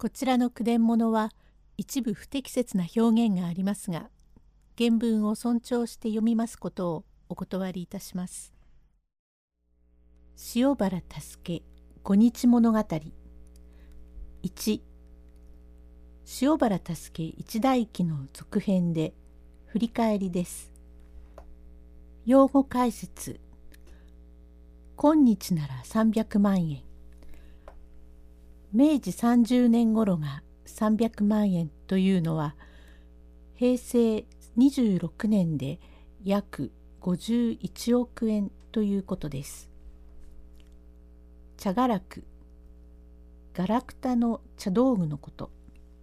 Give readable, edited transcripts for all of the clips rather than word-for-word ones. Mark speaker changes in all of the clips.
Speaker 1: こちらの句伝物は一部不適切な表現がありますが、原文を尊重して読みますことをお断りいたします。塩原助五日物語。1、塩原助一代記の続編で振り返りです。用語解説。今日なら300万円。明治30年頃が300万円というのは、平成26年で約51億円ということです。茶がらく、ガラクタの茶道具のこと。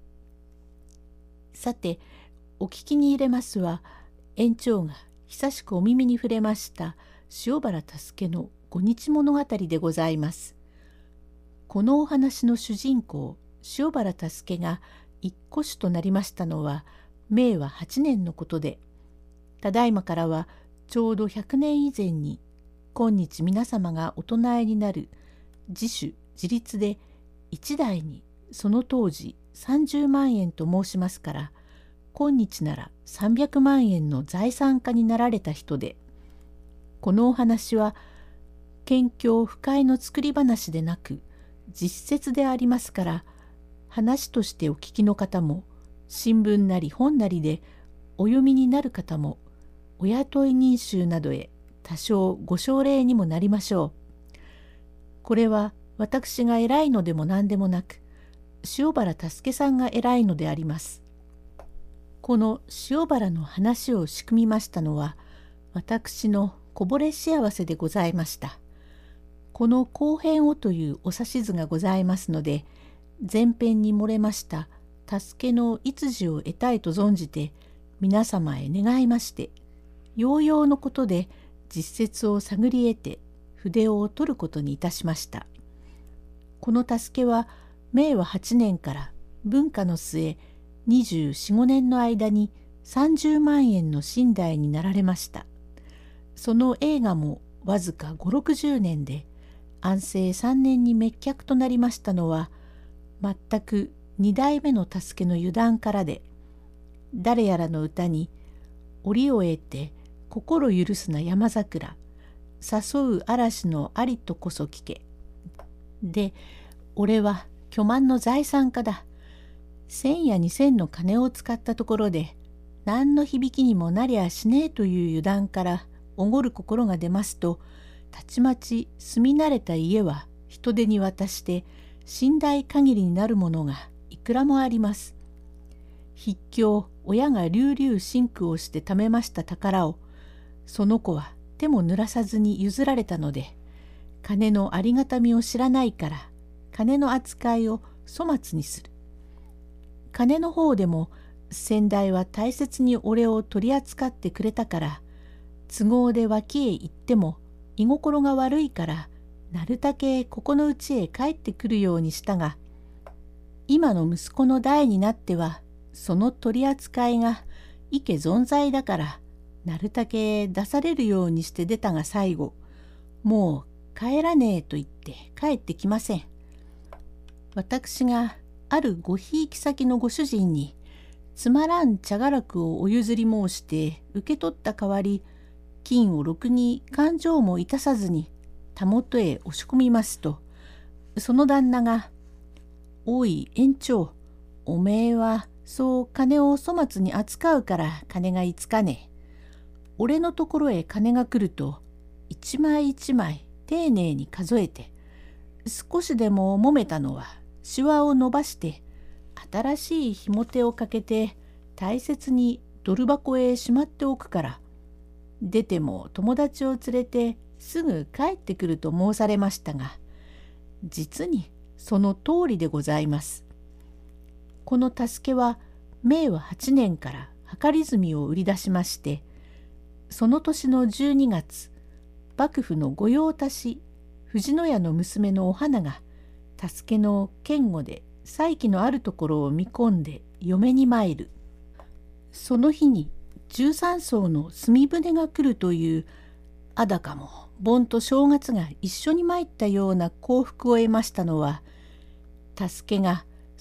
Speaker 1: さて、お聞きに入れますは、園長が久しくお耳に触れました塩原助の五日物語でございます。このお話の主人公、塩原助が一戸主となりましたのは、明和8年のことで、ただいまからはちょうど100年以前に、今日皆様がお唱えになる自主自立で一代にその当時30万円と申しますから、今日なら300万円の財産家になられた人で、このお話は謙虚不快の作り話でなく実説でありますから、話としてお聞きの方も新聞なり本なりでお読みになる方も、お雇い人衆などへ多少ご奨励にもなりましょう。これは私が偉いのでも何でもなく、塩原助さんが偉いのであります。この塩原の話を仕組みましたのは、私のこぼれ幸せでございました。この後編をというお指図がございますので、前編に漏れました助けの逸事を得たいと存じて、皆様へ願いまして、ようようのことで実説を探り得て筆を取ることにいたしました。この助けは明和8年から文化の末24、5年の間に30万円の身代になられました。その映画もわずか5、60年で、安政3年に滅却となりましたのは、全く2代目の助けの油断からで、誰やらの歌に、折を得て心許すな山桜、誘う嵐のありとこそ聞け。で、俺は巨万の財産家だ。1000や2000の金を使ったところで、何の響きにもなりゃしねえという油断からおごる心が出ますと、たちまち住み慣れた家は人手に渡して寝台限りになるものがいくらもあります。筆境親が隆々真空をして貯めました宝を、その子は手も濡らさずに譲られたので、金のありがたみを知らないから金の扱いを粗末にする。金の方でも先代は大切に俺を取り扱ってくれたから、都合で脇へ行っても居心が悪いからなるたけここのうちへ帰ってくるようにしたが、今の息子の代になってはその取り扱いがいけ存在だから、なるたけ出されるようにして出たが最後、もう帰らねえと言って帰ってきません。私があるごひいき先のご主人につまらん茶がらくをお譲り申して受け取った代わり、金をろくに勘定もいたさずにたもとへ押し込みますと、その旦那が「おい園長、おめえはそう金を粗末に扱うから金がいつかねえ。俺のところへ金が来ると一枚一枚丁寧に数えて、少しでも揉めたのはシワを伸ばして新しいひも手をかけて大切にドル箱へしまっておくから、出ても友達を連れてすぐ帰ってくると申されましたが、実にその通りでございます。この助けは明和8年から計り墨を売り出しまして、その年の12月、幕府の御用達藤野屋の娘のお花が助けの堅固で才気のあるところを見込んで嫁に参る。その日に13艘の炭舟が来るという、あだかも盆と正月が一緒に参ったような幸福を得ましたのは、助けが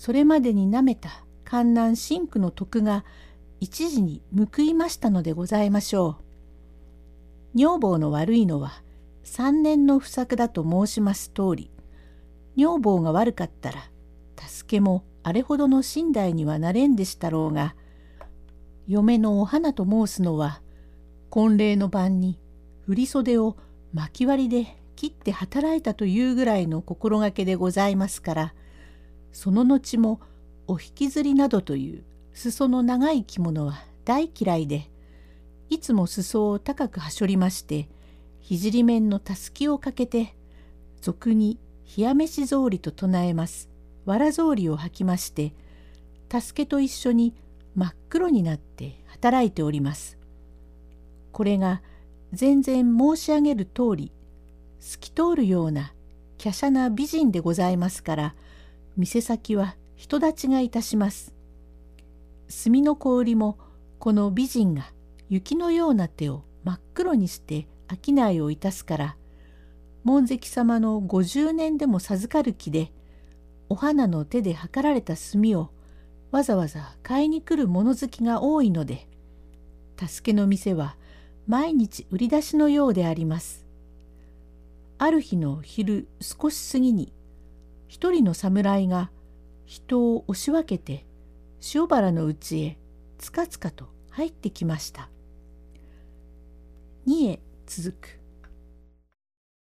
Speaker 1: それまでになめた観南真紅の徳が一時に報いましたのでございましょう。女房の悪いのは3年の不作だと申します通り、女房が悪かったら助けもあれほどの身代にはなれんでしたろうが、嫁のお花と申すのは婚礼の晩に振袖を巻き割りで切って働いたというぐらいの心がけでございますから、その後もお引きずりなどという裾の長い着物は大嫌いで、いつも裾を高くはしょりまして、聖面のたすきをかけて、俗に冷や飯草履と唱えます藁草履を履きまして、たすけと一緒に真っ黒になって働いております。これが前々申し上げる通り、透き通るような華奢な美人でございますから、店先は人立ちがいたします。墨の小売りもこの美人が雪のような手を真っ黒にして商いをいたすから、門跡様の50年でも授かる気で、お花の手で測られた墨をわざわざ買いに来る物好きが多いので、助けの店は毎日売り出しのようであります。ある日の昼少し過ぎに、一人の侍が人を押し分けて塩原の家へつかつかと入ってきました。2へ続く。